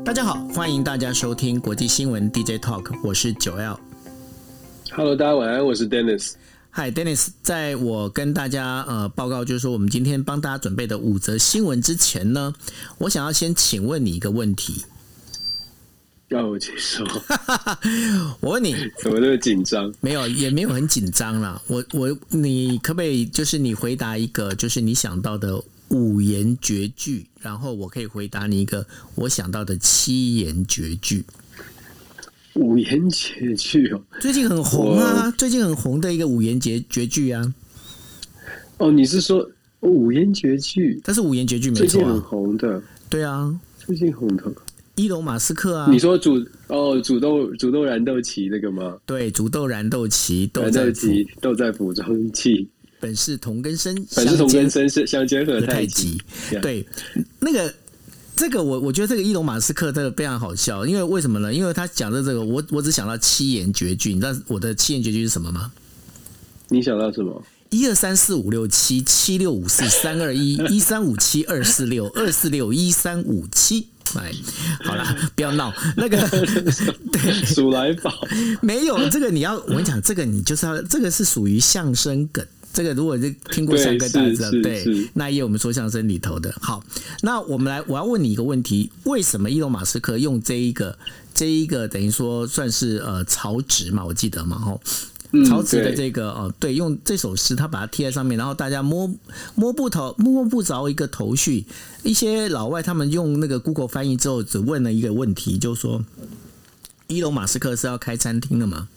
大家好，欢迎大家收听国际新闻 DJ Talk， 我是9L。Hello， 大家晚安，我是 Dennis。 嗨 Dennis， 在我跟大家报告就是说我们今天帮大家准备的5则新闻之前呢，我想要先请问你一个问题。 要我请说。 我问你， 怎么那么紧张？ 没有，也没有很紧张啦。你可不可以就是你回答一个就是你想到的5言绝句，然后我可以回答你一个我想到的7言绝句。 5言绝句哦， 最近很红啊，最近很红的一个5言绝句啊。 哦，你是说5言绝句？ 但是5言绝句没错啊， 最近很红的。 对啊， 最近红的。 伊隆马斯克啊， 你说煮豆燃豆萁那个吗？ 对，煮豆燃豆萁， 豆在釜中泣。 本是同根生， 相煎何太急。 对，这个我觉得这个伊隆马斯克这个非常好笑，因为为什么呢？因为他讲的这个，我只想到7言绝句，你知道我的7言绝句是什么吗？ 你想到什么 ？1 2 3 4 5 6 7 7 6 5 4 3 2 1 1 3 5 7 2 4 6 2 4 6 1 3 5 7。哎，好啦，不要闹。那个，对， 数来宝没有这个，我跟你讲，这个你就是要，这个是属于相声梗。这个如果是听过相声，大家知道，对，那也我们说相声里头的。好，那我要问你一个问题：为什么伊隆马斯克用这一个等于说算是曹植嘛？我记得嘛，吼。曹植的这个对，用这首诗，他把它贴在上面，然后大家摸不着一个头绪。一些老外他们用那个 Google 翻译之后，只问了一个问题，就是说，伊隆马斯克是要开餐厅了吗？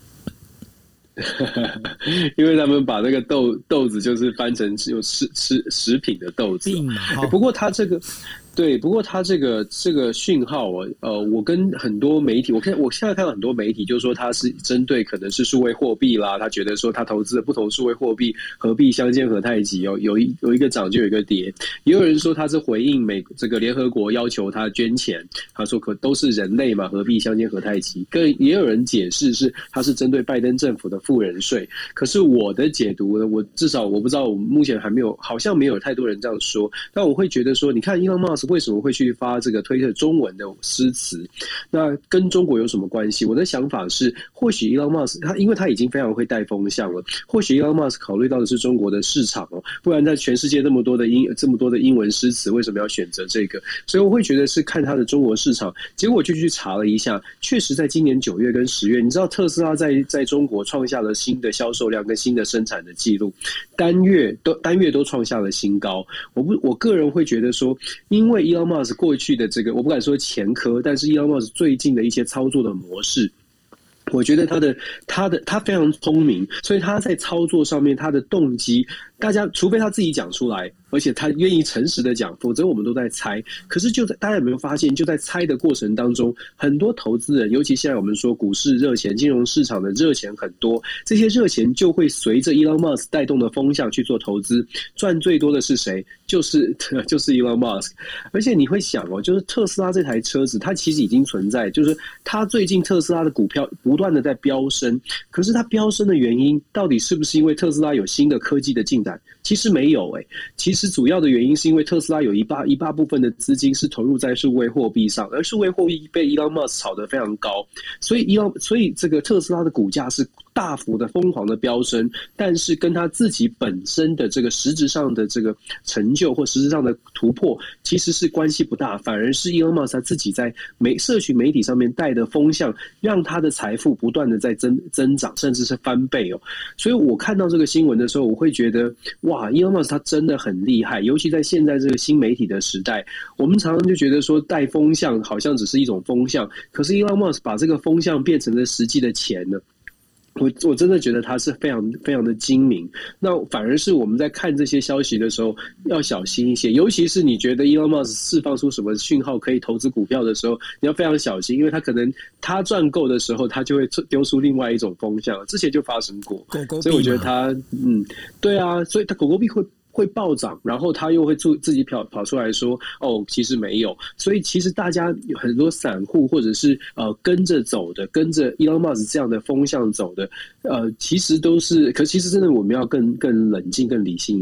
因为他们把那个豆子就是翻成有食品的豆子。不过他这个。对，不过他这个讯号，我跟很多媒体，我现在看到很多媒体就说他是针对可能是数位货币啦，他觉得说他投资的不同数位货币何必相煎何太急哦，有一个涨就有一个跌，也有人说他是回应这个联合国要求他捐钱，他说可都是人类嘛，何必相煎何太急？也有人解释是他是针对拜登政府的富人税，可是我的解读呢，至少我不知道，我目前好像没有太多人这样说，但我会觉得说，你看Elon Musk为什么会去发这个推特中文的诗词？那跟中国有什么关系？我的想法是，或许 Elon Musk 因为他已经非常会带风向了，或许 Elon Musk 考虑到的是中国的市场哦，不然在全世界这么多的英文诗词，为什么要选择这个？所以我会觉得是看他的中国市场。结果我就去查了一下，确实在今年9月跟10月，你知道特斯拉在中国创下了新的销售量跟新的生产的记录，单月都创下了新高。我个人会觉得说，因为Elon Musk 过去的这个，我不敢说前科，但是 Elon Musk 最近的一些操作的模式，我觉得他非常聪明，所以他在操作上面他的动机，大家除非他自己讲出来，而且他愿意诚实的讲，否则我们都在猜。可是大家有没有发现，就在猜的过程当中，很多投资人，尤其现在我们说股市热钱、金融市场的热钱很多，这些热钱就会随着 Elon Musk 带动的风向去做投资，赚最多的是谁？就是 Elon Musk。而且你会想哦，就是特斯拉这台车子，它其实已经存在，就是它最近特斯拉的股票不断的在飙升，可是它飙升的原因，到底是不是因为特斯拉有新的科技的进展？其实没有其实主要的原因是因为特斯拉有一大部分的资金是投入在数位货币上，而数位货币被 Elon Musk 炒得非常高，所以这个特斯拉的股价是大幅的疯狂的飙升，但是跟他自己本身的这个实质上的这个成就或实质上的突破其实是关系不大，反而是 Elon Musk 他自己在社群媒体上面带的风向，让他的财富不断的在增长，甚至是翻倍哦。所以我看到这个新闻的时候，我会觉得哇 Elon Musk 他真的很厉害，尤其在现在这个新媒体的时代，我们常常就觉得说带风向好像只是一种风向，可是 Elon Musk 把这个风向变成了实际的钱呢。我真的觉得他是非常非常的精明，那反而是我们在看这些消息的时候要小心一些，尤其是你觉得 Elon Musk 释放出什么讯号可以投资股票的时候，你要非常小心，因为他可能他赚够的时候，他就会丢出另外一种风向，之前就发生过，所以我觉得他对啊，所以他狗狗币会暴涨，然后他又会自己跑出来说哦，其实没有。所以其实大家有很多散户或者是跟着走的，跟着 Elon Musk 这样的风向走的，其实都是，可其实真的我们要更冷静、更理性一点。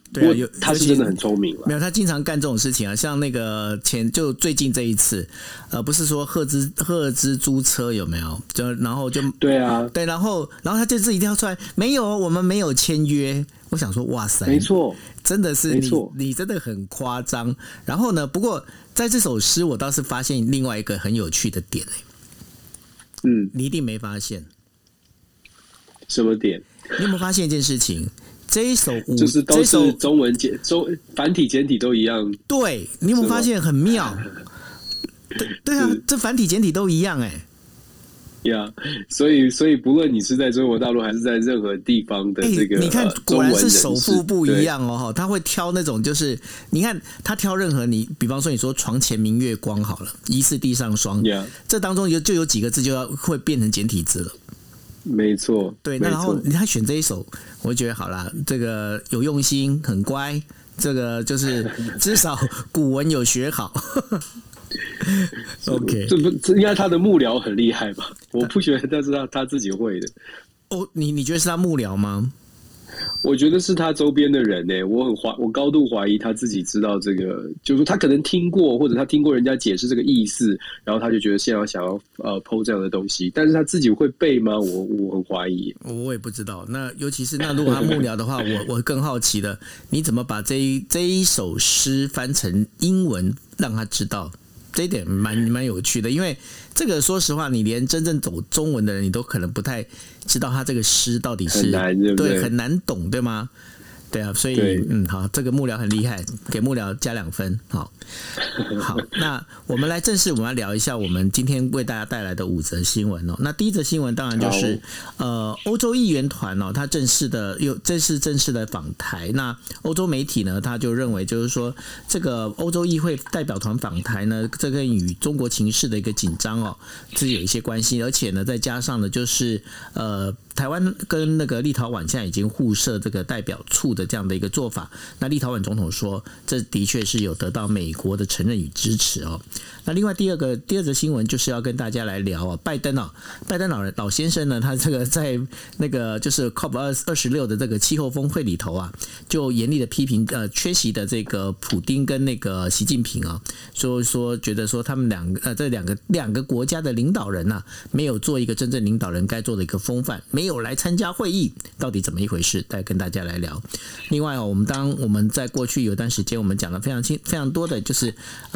对啊， 他是真的很聪明了。 没有，他经常干这种事情啊，像那个就最近这一次，不是说赫兹租车有没有？然后对啊， 对，然后他这次一定要出来，没有，我们没有签约。我想说，哇塞， 没错， 真的是你真的很夸张。然后呢，不过在这首诗，我倒是发现另外一个很有趣的点你一定没发现什么点？ 你有没有发现一件事情？这一首就是都是中文繁体简体都一样。 对，你有没有发现很妙？对啊，这繁体简体都一样呀，所以不论你是在中国大陆还是在任何地方的这个， 你看果然是首富不一样哦，他会挑那种就是你看他挑任何比方说你说床前明月光好了，疑是地上霜，这当中就有几个字就会变成简体字了。 没错， 对，那然后他选这一首，我觉得好啦，这个有用心，很乖，这个就是至少古文有学好。OK， 这应该他的幕僚很厉害吧？我不觉得，但是他自己会的。 你觉得是他幕僚吗？ 我觉得是他周边的人呢，我高度怀疑他自己知道这个，就是他可能听过，或者他听过人家解释这个意思，然后他就觉得现在想要PO 这样的东西，但是他自己会背吗？我很怀疑。 我也不知道。那尤其是如果他幕僚的话，我更好奇的，你怎么把这一首诗翻成英文让他知道？这一点蛮有趣的，因为这个说实话，你连真正走中文的人，你都可能不太知道他这个诗到底是很难，对不对？ 对，很难懂，对吗？对啊，所以好，这个幕僚很厉害，给幕僚加2分。好，那我们来正式我们来聊一下我们今天为大家带来的5则新闻哦。那第一则新闻当然就是欧洲议员团哦，他这是正式的访台。那欧洲媒体呢，他就认为就是说这个欧洲议会代表团访台呢，这跟与中国情势的一个紧张哦，是有一些关系，而且呢，再加上呢，就是台湾跟那个立陶宛现在已经互设这个代表处的这样的一个做法。那立陶宛总统说，这的确是有得到美国的承认与支持哦。那另外第二则新闻就是要跟大家来聊拜登老先生呢，他这个在那个就是 COP26 的这个气候峰会里头啊，就严厉的批评缺席的这个普丁跟那个习近平啊，说觉得说他们这两个国家的领导人啊，没有做一个真正领导人该做的一个风范，没有来参加会议，到底怎么一回事？再跟大家来聊。另外我们在过去有一段时间，我们讲了非常多的就是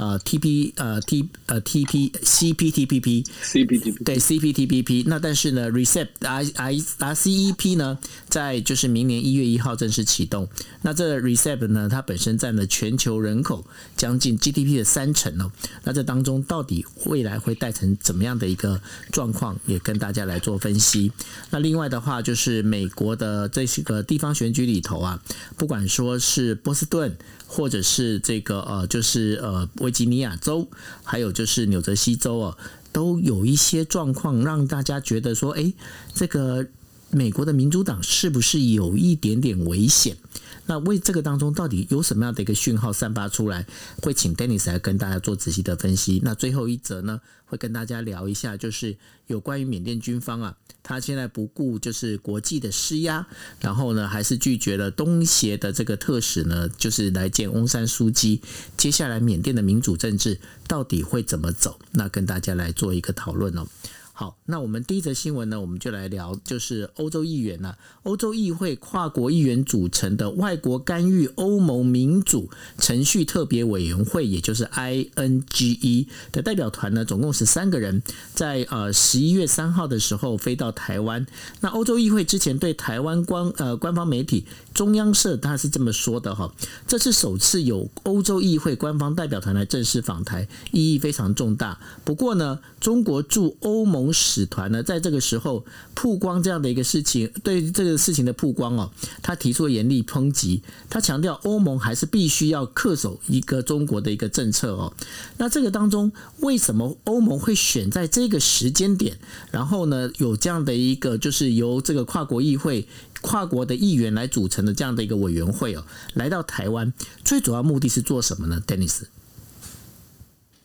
CPTPP 对 CPTPP。那但是呢 RCEP 呢，在就是明年1月1号正式启动。那这 RCEP 呢，它本身占了全球人口将近 GDP 的30%哦。那这当中到底未来会带成怎么样的一个状况，也跟大家来做分析。那另外的话，就是美国的这些个地方选举里头啊，不管说是波士顿，或者是这个就是维吉尼亚州，还有就是纽泽西州哦，都有一些状况让大家觉得说，这个美国的民主党是不是有一点点危险？那为这个当中到底有什么样的一个讯号散发出来，会请 Dennis 来跟大家做仔细的分析。那最后一则呢，会跟大家聊一下，就是有关于缅甸军方啊，他现在不顾就是国际的施压，然后呢还是拒绝了东协的这个特使呢，就是来见翁山苏姬。接下来缅甸的民主政治到底会怎么走？那跟大家来做一个讨论哦。好，那我们第一则新闻呢，我们就来聊，就是欧洲议员啊，欧洲议会跨国议员组成的外国干预欧盟民主程序特别委员会，也就是 INGE 的代表团呢，总共13个人，在11月3号的时候飞到台湾。那欧洲议会之前对台湾官方媒体中央社他是这么说的哈，这是首次有欧洲议会官方代表团来正式访台，意义非常重大。不过呢，中国驻欧盟使团呢，在这个时候曝光这样的一个事情，对这个事情的曝光哦，他提出严厉抨击，他强调欧盟还是必须要恪守一个中国的一个政策哦。那这个当中，为什么欧盟会选在这个时间点，然后呢有这样的一个就是由这个跨国议会、跨国的议员来组成的这样的一个委员会哦，来到台湾，最主要目的是做什么呢 ？Dennis？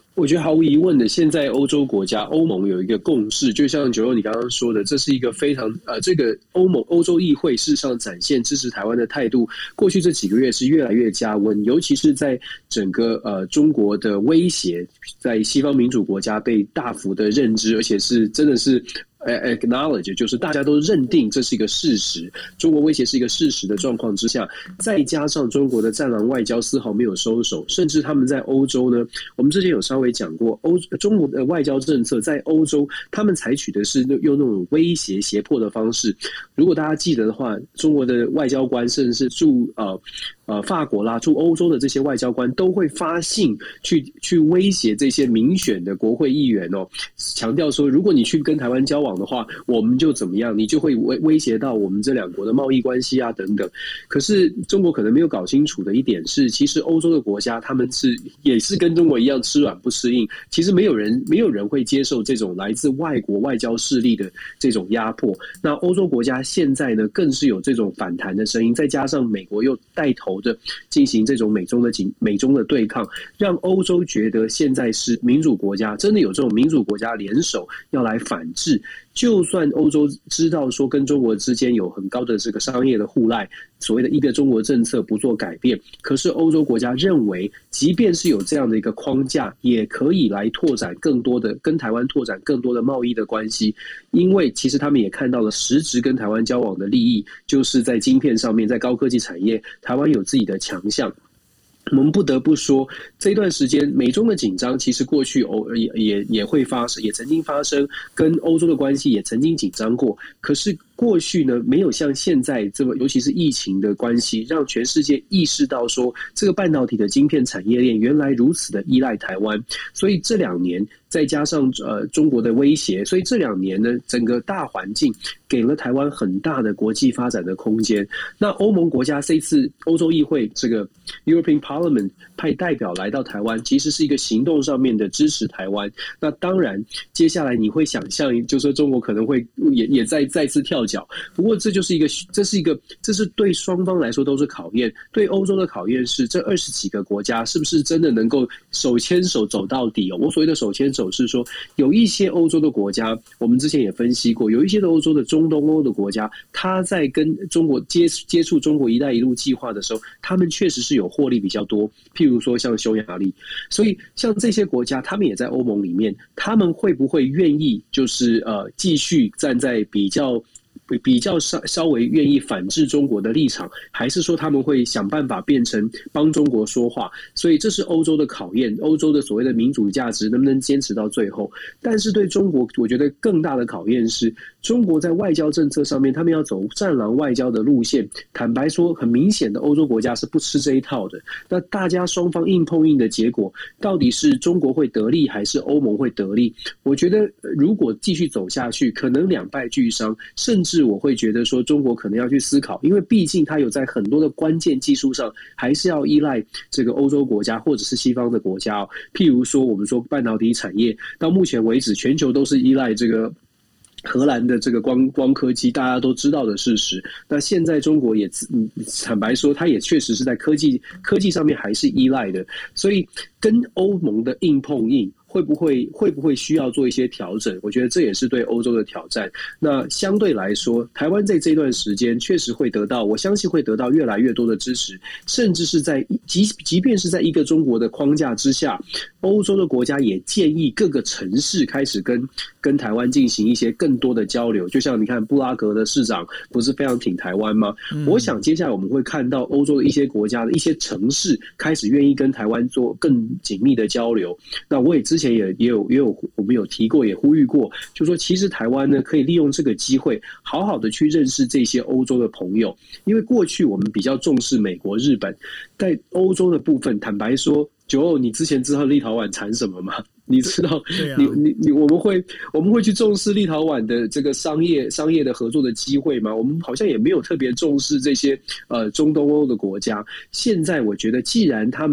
我觉得毫无疑问的，现在欧洲国家欧盟有一个共识，就像九欧你刚刚说的，这是一个非常这个欧洲议会事实上展现支持台湾的态度，过去这几个月是越来越加温，尤其是在整个中国的威胁，在西方民主国家被大幅的认知，而且是真的是acknowledge， 就是大家都认定这是一个事实，中国威胁是一个事实的状况之下，再加上中国的战狼外交丝毫没有收手，甚至他们在欧洲呢，我们之前有稍微讲过，中国的外交政策在欧洲，他们采取的是用那种威胁胁迫的方式。如果大家记得的话，中国的外交官甚至是驻法国啦，驻欧洲的这些外交官都会发信去威胁这些民选的国会议员哦，强调说，如果你去跟台湾交往的话，我们就怎么样，你就会威胁到我们这两国的贸易关系啊等等。可是中国可能没有搞清楚的一点是，其实欧洲的国家他们也是跟中国一样吃软不吃硬，其实没有人会接受这种来自外国外交势力的这种压迫。那欧洲国家现在呢，更是有这种反弹的声音，再加上美国又带头的进行这种美中的对抗，让欧洲觉得现在是民主国家，真的有这种民主国家联手要来反制。就算欧洲知道说跟中国之间有很高的这个商业的互赖，所谓的一个中国政策不做改变，可是欧洲国家认为，即便是有这样的一个框架，也可以来拓展更多的跟台湾拓展更多的贸易的关系，因为其实他们也看到了实质跟台湾交往的利益，就是在晶片上面，在高科技产业，台湾有自己的强项。我们不得不说，这段时间美中的紧张，其实过去也会发生，也曾经发生，跟欧洲的关系也曾经紧张过。可是过去呢，没有像现在这么，尤其是疫情的关系，让全世界意识到说，这个半导体的晶片产业链原来如此的依赖台湾。所以这2年，再加上中国的威胁，所以这2年呢，整个大环境给了台湾很大的国际发展的空间。那欧盟国家这次欧洲议会这个 European Parliament 派代表来到台湾，其实是一个行动上面的支持台湾。那当然，接下来你会想象，就是说中国可能会也再次跳脚。不过这是对双方来说都是考验。对欧洲的考验是，这20几个国家是不是真的能够手牵手走到底哦？我所谓的手牵手是说，有一些欧洲的国家，我们之前也分析过，有一些的欧洲的中东欧的国家，他在跟中国接触中国“一带一路”计划的时候，他们确实是有获利比较多。譬如说像匈牙利，所以像这些国家，他们也在欧盟里面，他们会不会愿意就是继续站在比较稍微愿意反制中国的立场，还是说他们会想办法变成帮中国说话？所以这是欧洲的考验，欧洲的所谓的民主价值能不能坚持到最后？但是对中国，我觉得更大的考验是，中国在外交政策上面，他们要走战狼外交的路线。坦白说，很明显的欧洲国家是不吃这一套的。那大家双方硬碰硬的结果，到底是中国会得利，还是欧盟会得利？我觉得如果继续走下去，可能两败俱伤，甚至我会觉得说，中国可能要去思考，因为毕竟它有在很多的关键技术上，还是要依赖这个欧洲国家或者是西方的国家哦。譬如说，我们说半导体产业，到目前为止，全球都是依赖这个荷兰的这个光科技，大家都知道的事实。那现在中国也坦白说，它也确实是在科技上面还是依赖的，所以跟欧盟的硬碰硬。会不会需要做一些调整？我觉得这也是对欧洲的挑战。那相对来说，台湾在这段时间确实会得到，我相信会得到越来越多的支持，甚至是在即便是在一个中国的框架之下，欧洲的国家也建议各个城市开始跟台湾进行一些更多的交流。就像你看，布拉格的市长不是非常挺台湾吗？我想接下来我们会看到欧洲的一些国家的一些城市开始愿意跟台湾做更紧密的交流。那我也之前也有我们有提过，也呼吁过，就说其实台湾呢可以利用这个机会，好好的去认识这些欧洲的朋友，因为过去我们比较重视美国、日本，在欧洲的部分，坦白说，九欧，你之前知道立陶宛产什么吗？你知道，我们会去重视立陶宛的这个商业的合作的机会吗？我们好像也没有特别重视这些中东欧的国家。现在我觉得，既然他们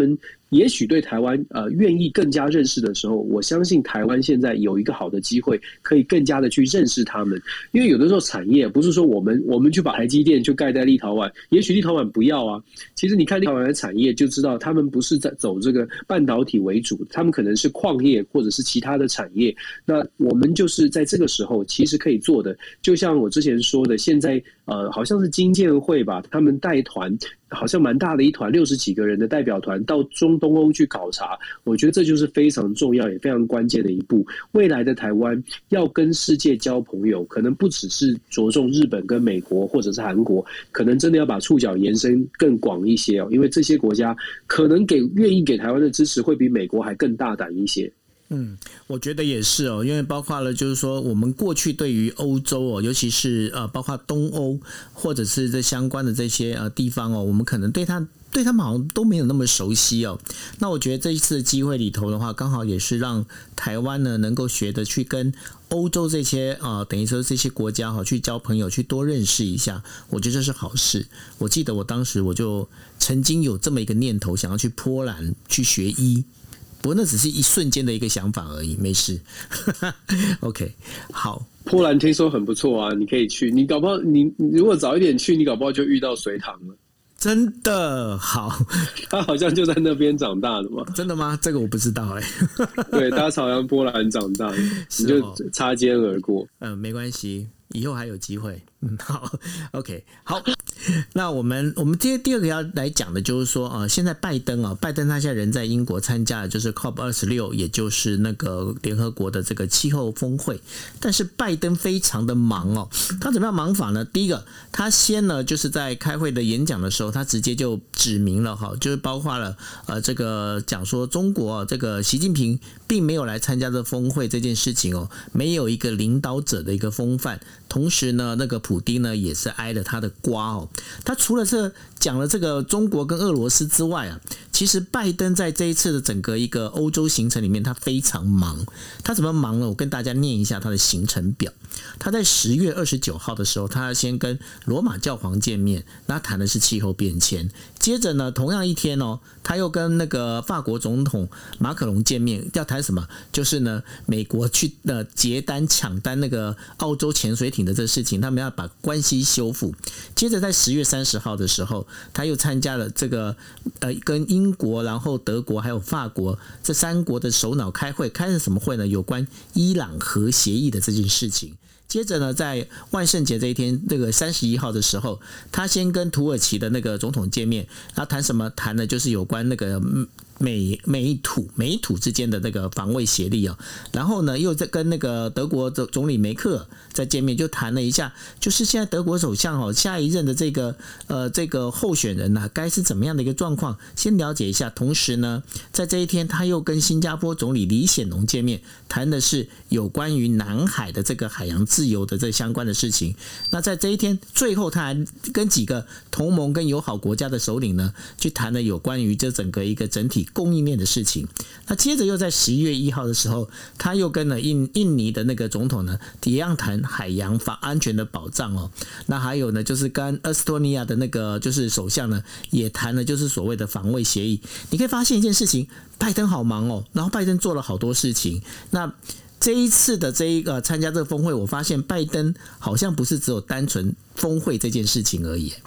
也许对台湾愿意更加认识的时候，我相信台湾现在有一个好的机会，可以更加的去认识他们。因为有的时候产业不是说我们去把台积电就盖在立陶宛，也许立陶宛不要啊。其实你看立陶宛的产业就知道，他们不是在走这个半导体为主，他们可能是矿业或者是其他的产业。那我们就是在这个时候其实可以做的，就像我之前说的，现在好像是经建会吧，他们带团，好像蛮大的一团，60几个人的代表团到中东欧去考察。我觉得这就是非常重要也非常关键的一步。未来的台湾要跟世界交朋友，可能不只是着重日本跟美国或者是韩国，可能真的要把触角延伸更广一些哦，因为这些国家可能愿意给台湾的支持会比美国还更大胆一些。 我觉得也是哦，因为包括了就是说，我们过去对于欧洲哦，尤其是包括东欧或者是这相关的这些地方哦，我们可能对他们好像都没有那么熟悉哦。那我觉得这一次的机会里头的话，刚好也是让台湾呢能够学的去跟欧洲这些等于说这些国家去交朋友，去多认识一下，我觉得这是好事。我记得我当时我就曾经有这么一个念头，想要去波兰去学医。不过那只是一瞬间的一个想法而已，没事。OK， 好。 波兰听说很不错啊，你可以去。你搞不好你如果早一点去，你搞不好就遇到隋唐了。 真的好， 他好像就在那边长大的嘛。 真的吗？这个我不知道对，他好像波兰长大的，你就擦肩而过。 没关系，以后还有机会。好 ，OK， 好。那我们第二个要来讲的就是说，现在拜登他现在人在英国参加的就是 COP26， 也就是那个联合国的这个气候峰会。但是拜登非常的忙哦，他怎么样忙法呢？第一个，他先呢就是在开会的演讲的时候，他直接就指明了就是包括了这个讲说中国这个习近平并没有来参加这峰会这件事情哦，没有一个领导者的一个风范。同时呢，那个普丁呢也是挨了他的瓜哦。他除了讲了这个中国跟俄罗斯之外啊，其实拜登在这一次的整个一个欧洲行程里面，他非常忙。他怎么忙呢？我跟大家念一下他的行程表。他在10月29号的时候，他要先跟罗马教皇见面，那谈的是气候变迁。接着呢，同样一天哦，他又跟那个法国总统马可龙见面，要谈什么？就是呢，美国去劫单抢单那个澳洲潜水艇的这个事情，他们要把关系修复。接着在10月30号的时候，他又参加了这个跟英国、然后德国还有法国这3国的首脑开会，开了什么会呢？有关伊朗核协议的这件事情。接着呢，在万圣节这一天，这个31号的时候，他先跟土耳其的那个总统见面，他谈什么？谈的就是有关那个美土之间的那个防卫协力啊。然后呢，又在跟那个德国的总理梅克尔在见面，就谈了一下，就是现在德国首相下一任的这个候选人该是怎么样的一个状况，先了解一下。同时呢，在这一天，他又跟新加坡总理李显龙见面，谈的是有关于南海的这个海洋自由的这相关的事情。那在这一天最后，他还跟几个同盟跟友好国家的首领呢，去谈了有关于这整个一个整体供应链的事情。那接着又在11月1号的时候，他又跟了印尼的那个总统呢，一样谈海洋安全的保障哦。那还有呢，就是跟埃斯托尼亚的那个就是首相呢，也谈了就是所谓的防卫协议。你可以发现一件事情，拜登好忙哦，然后拜登做了好多事情。那这一次的这一个参加这个峰会，我发现拜登好像不是只有单纯峰会这件事情而已。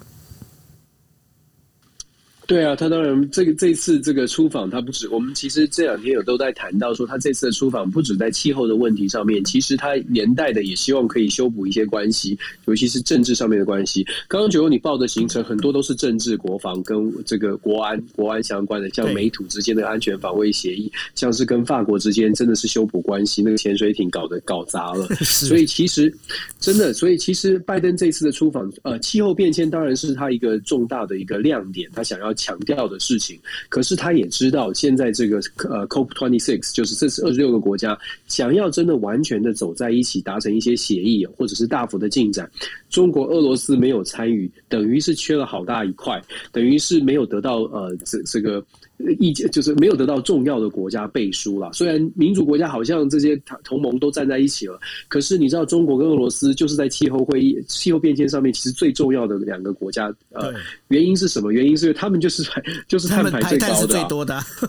对啊，他当然这一次这个出访，他不止我们其实这2天有都在谈到说，他这次的出访不止在气候的问题上面，其实他连带的也希望可以修补一些关系，尤其是政治上面的关系。刚刚九欧你报的行程很多都是政治、国防跟这个国安相关的，像美土之间的安全防卫协议，像是跟法国之间真的是修补关系，那个潜水艇搞砸了，所以其实拜登这次的出访，气候变迁当然是他一个重大的一个亮点，他想要强调的事情。可是他也知道，现在这个COP26 就是这是26个国家想要真的完全的走在一起，达成一些协议，或者是大幅的进展，中国、俄罗斯没有参与，等于是缺了好大一块，等于是没有得到这个意见，就是没有得到重要的国家背书啦。虽然民主国家好像这些同盟都站在一起了，可是你知道中国跟俄罗斯就是在气候变迁上面其实最重要的2个国家。原因是什么？原因是因为他们就是碳排最高的， 他们排碳是最多的。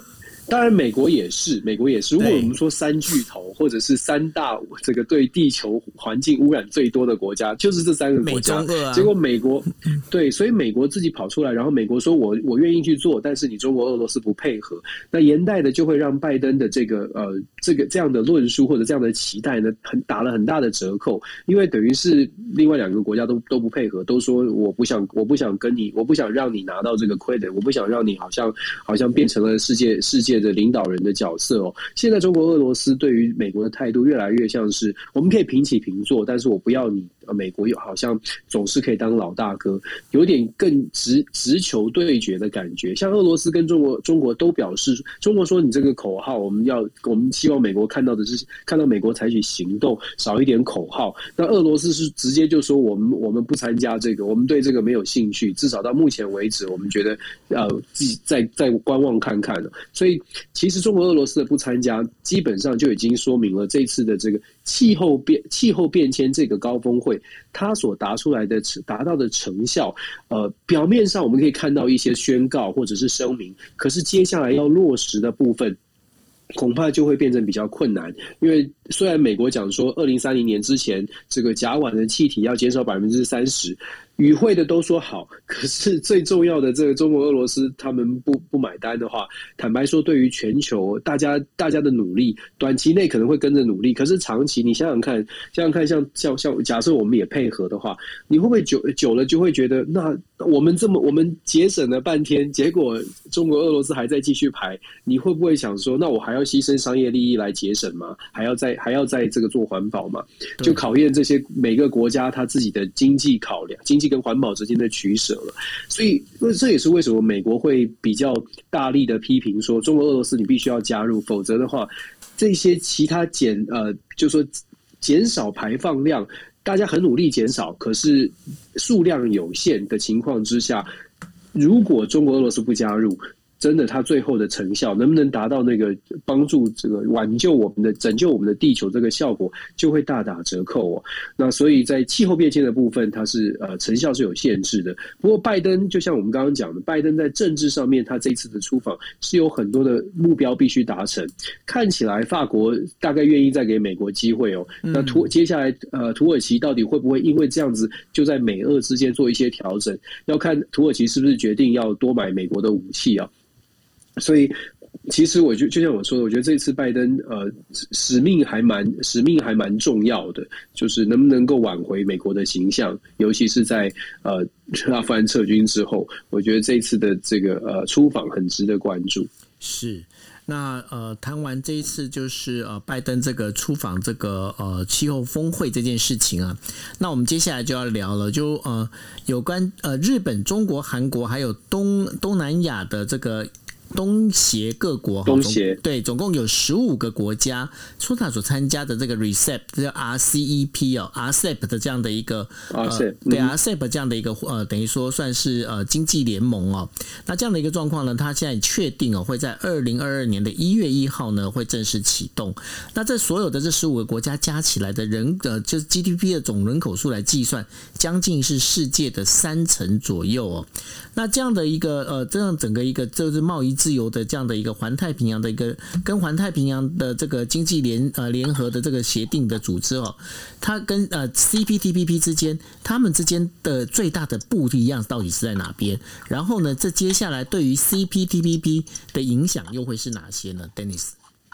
当然美国也是。如果我们说三巨头或者是三大这个对地球环境污染最多的国家，就是这三个国家。结果美国对，所以美国自己跑出来，然后美国说我愿意去做，但是你中国俄罗斯不配合，那连带的就会让拜登的这样的论述或者这样的期待呢，打了很大的折扣，因为等于是另外两个国家都不配合，都说我不想跟你，我不想让你拿到这个 credit， 我不想让你好像变成了世界的领导人的角色哦。现在中国俄罗斯对于美国的态度越来越像是我们可以平起平坐，但是我不要你美国好像总是可以当老大哥，有点更直球对决的感觉。像俄罗斯跟中国都表示，中国说你这个口号我们希望美国看到美国采取行动，少一点口号。那俄罗斯是直接就说我们不参加这个，我们对这个没有兴趣，至少到目前为止我们觉得自己再观望看看了。所以其实中国俄罗斯的不参加基本上就已经说明了这次的这个气候变迁这个高峰会它所达到的成效，表面上我们可以看到一些宣告或者是声明，可是接下来要落实的部分恐怕就会变成比较困难。因为虽然美国讲说2030年之前这个甲烷的气体要减少30%，与会的都说好，可是最重要的这个中国俄罗斯他们不买单的话，坦白说对于全球大家的努力，短期内可能会跟着努力，可是长期你想想看像假设我们也配合的话，你会不会久了就会觉得，那我们节省了半天，结果中国俄罗斯还在继续排，你会不会想说，那我还要牺牲商业利益来节省吗？还要在这个做环保吗？就考验这些每个国家他自己的经济考量，经济跟环保之间的取舍了。所以这也是为什么美国会比较大力的批评说，中国俄罗斯你必须要加入，否则的话这些其他就说减少排放量，大家很努力减少，可是数量有限的情况之下，如果中国俄罗斯不加入，真的它最后的成效能不能达到那个帮助这个拯救我们的地球这个效果，就会大打折扣哦。那所以在气候变迁的部分，它是成效是有限制的。不过拜登就像我们刚刚讲的，拜登在政治上面他这一次的出访是有很多的目标必须达成。看起来法国大概愿意再给美国机会哦。那接下来土耳其到底会不会因为这样子就在美俄之间做一些调整，要看土耳其是不是决定要多买美国的武器啊。所以其实我就像我说的，我觉得这次拜登使命还蛮重要的，就是能不能够挽回美国的形象，尤其是在阿富汗撤军之后，我觉得这一次的这个出访很值得关注。 是。那谈完这一次就是拜登这个出访这个气候峰会这件事情啊，那我们接下来就要聊了，就有关日本、中国、韩国还有东南亚的这个东协各国，对，总共有15个国家，说他所参加的这个 RCEP 叫 RCEP 哦 ，RCEP 的这样的一个对 RCEP 这样的一个等于说算是经济联盟哦。那这样的一个状况呢，它现在确定会在2022年的1月1号呢会正式启动。那这所有的这15个国家加起来的就是 GDP 的总人口数来计算，将近是世界的30%左右哦。那这样的一个这样整个一个就是贸易自由的这样的一个环太平洋的一个跟环太平洋的这个经济联合的这个协定的组织哦，它跟CPTPP 之间，他们之间的最大的不一样到底是在哪边？然后呢，这接下来对于 CPTPP 的影响又会是哪些呢 ？Dennis？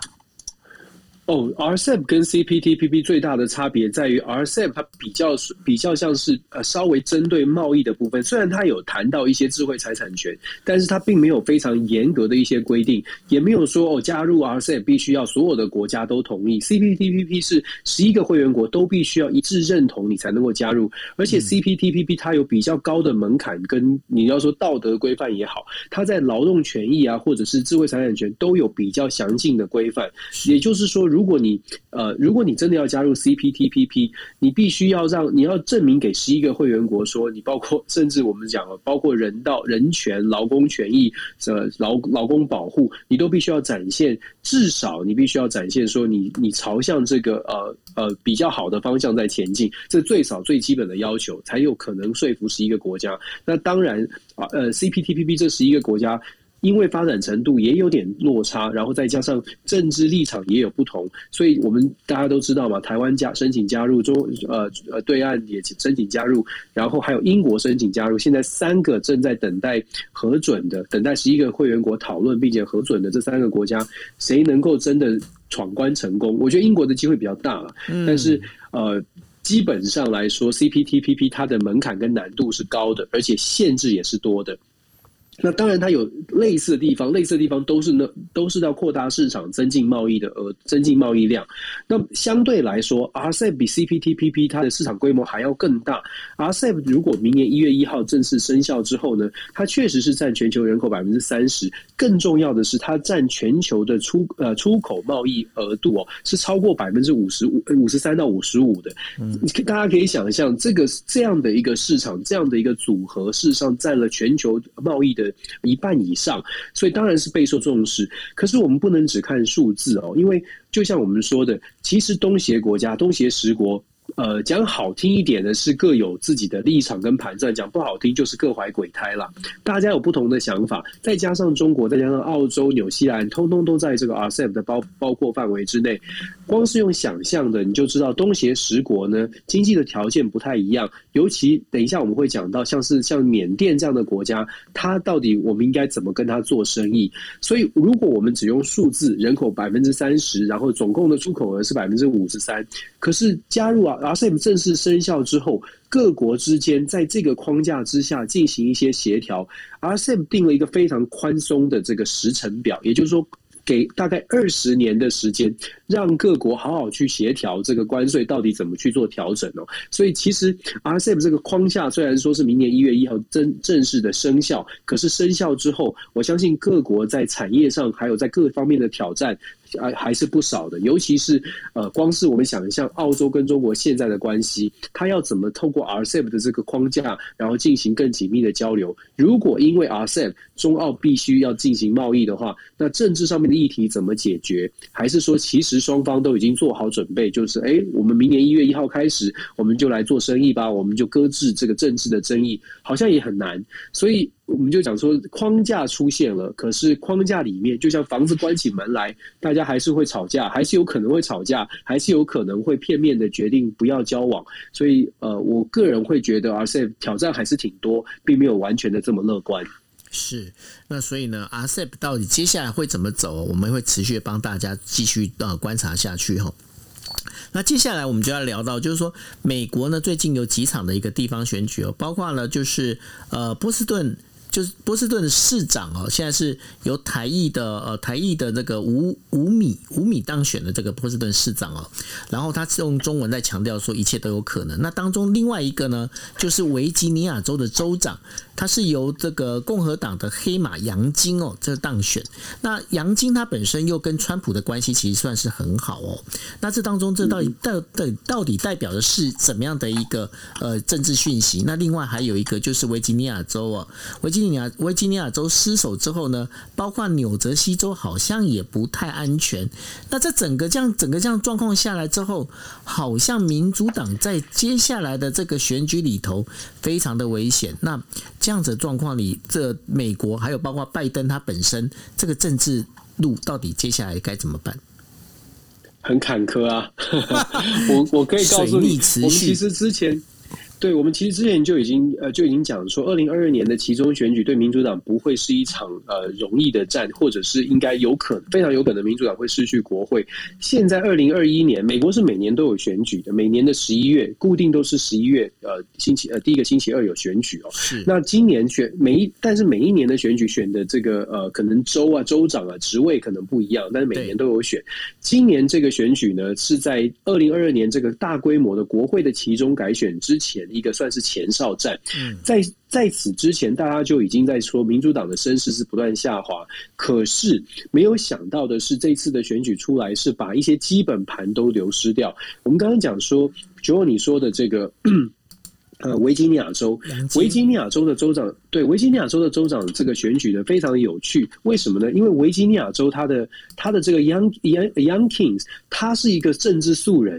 RCEP 跟 CPTPP 最大的差别在于 RCEP 它比较像是稍微针对贸易的部分，虽然它有谈到一些智慧财产权，但是它并没有非常严格的一些规定，也没有说加入 RCEP 必须要所有的国家都同意。CPTPP 是11个会员国都必须要一致认同你才能够加入，而且 CPTPP 它有比较高的门槛，跟你要说道德规范也好，它在劳动权益啊或者是智慧财产权都有比较详尽的规范。也就是说，如果你真的要加入 CPTPP， 你必须要你要证明给11个会员国说，你包括甚至我们讲了，包括人权、劳工权益、劳工保护，你都必须要展现，至少你必须要展现说你朝向这个比较好的方向在前进，这最少最基本的要求，才有可能说服11个国家。那当然CPTPP 这11个国家因为发展程度也有点落差，然后再加上政治立场也有不同，所以我们大家都知道嘛，台湾申请加入，对岸也申请加入，然后还有英国申请加入，现在3个正在等待核准的，等待11个会员国讨论并且核准的这3个国家，谁能够真的闯关成功？我觉得英国的机会比较大了，但是基本上来说 ，CPTPP 它的门槛跟难度是高的，而且限制也是多的。那当然，它有类似的地方都是要扩大市场、增进贸易量。那相对来说 ，RCEP 比 CPTPP 它的市场规模还要更大。RCEP 如果明年1月1号正式生效之后呢，它确实是占全球人口30%，更重要的是它占全球的出口贸易额度是超过53%到55%的。大家可以想象，这样的一个市场，这样的一个组合，事实上占了全球贸易的一半以上，所以当然是备受重视。可是我们不能只看数字因为就像我们说的，其实东协10国，讲好听一点的是各有自己的立场跟盘算，讲不好听就是各怀鬼胎啦。大家有不同的想法，再加上中国，再加上澳洲、纽西兰，通通都在这个 RCEP 的包括范围之内。光是用想象的，你就知道东协10国呢，经济的条件不太一样。尤其等一下我们会讲到，像缅甸这样的国家，它到底我们应该怎么跟它做生意？所以，如果我们只用数字，人口30%，然后总共的出口额是53%，可是加入RCEP 正式生效之后，各国之间在这个框架之下进行一些协调。RCEP 定了一个非常宽松的这个时程表，也就是说，给大概20年的时间，让各国好好去协调这个关税到底怎么去做调整所以其实 RCEP 这个框架虽然说是明年1月1号正式的生效，可是生效之后，我相信各国在产业上还有在各方面的挑战还是不少的。尤其是光是我们想象澳洲跟中国现在的关系，它要怎么透过 RCEP 的这个框架，然后进行更紧密的交流。如果因为 RCEP 中澳必须要进行贸易的话，那政治上面的议题怎么解决？还是说其实双方都已经做好准备，就是我们明年1月1号开始，我们就来做生意吧，我们就搁置这个政治的争议，好像也很难。所以我们就讲说，框架出现了，可是框架里面就像房子关起门来，大家还是会吵架，还是有可能会吵架，还是有可能会片面的决定不要交往。所以我个人会觉得 RCEP 挑战还是挺多，并没有完全的这么乐观。 是，那所以呢 ，RCEP 到底接下来会怎么走？我们会持续帮大家继续观察下去哈。那接下来我们就要聊到，就是说美国呢最近有几场的一个地方选举包括了就是波士顿的市长现在是由台裔的那个吴米当选的这个波士顿市长然后他用中文在强调说一切都有可能。那当中另外一个呢，就是维吉尼亚州的州长，他是由这个共和党的黑马杨金这当选。那杨金他本身又跟川普的关系其实算是很好那这当中这到底代表的是怎么样的一个政治讯息？那另外还有一个就是维吉尼亚州维吉尼亚州失守之后呢，包括纽泽西州好像也不太安全。那在整个这样状况下来之后，好像民主党在接下来的这个选举里头非常的危险。那这样子的状况里，这美国还有包括拜登他本身这个政治路到底接下来该怎么办？ 很坎坷啊！我可以告诉你，我们其实之前就已经讲说，2022年的期中选举对民主党不会是一场容易的战，或者是应该非常有可能民主党会失去国会。现在2021年，美国是每年都有选举的，每年的11月固定都是11月第一个星期二有选举那今年但是每一年的选举选的这个可能州长职位可能不一样，但是每年都有选。今年这个选举呢是在2022年这个大规模的国会的期中改选之前。一个算是前哨战，在此之前，大家就已经在说民主党的声势是不断下滑。可是没有想到的是，这次的选举出来是把一些基本盘都流失掉。我们刚刚讲说，Joe你说的这个维吉尼亚州的州长，对维吉尼亚州的州长这个选举呢非常的有趣。为什么呢？因为维吉尼亚州他的这个 Young Kings， 他是一个政治素人。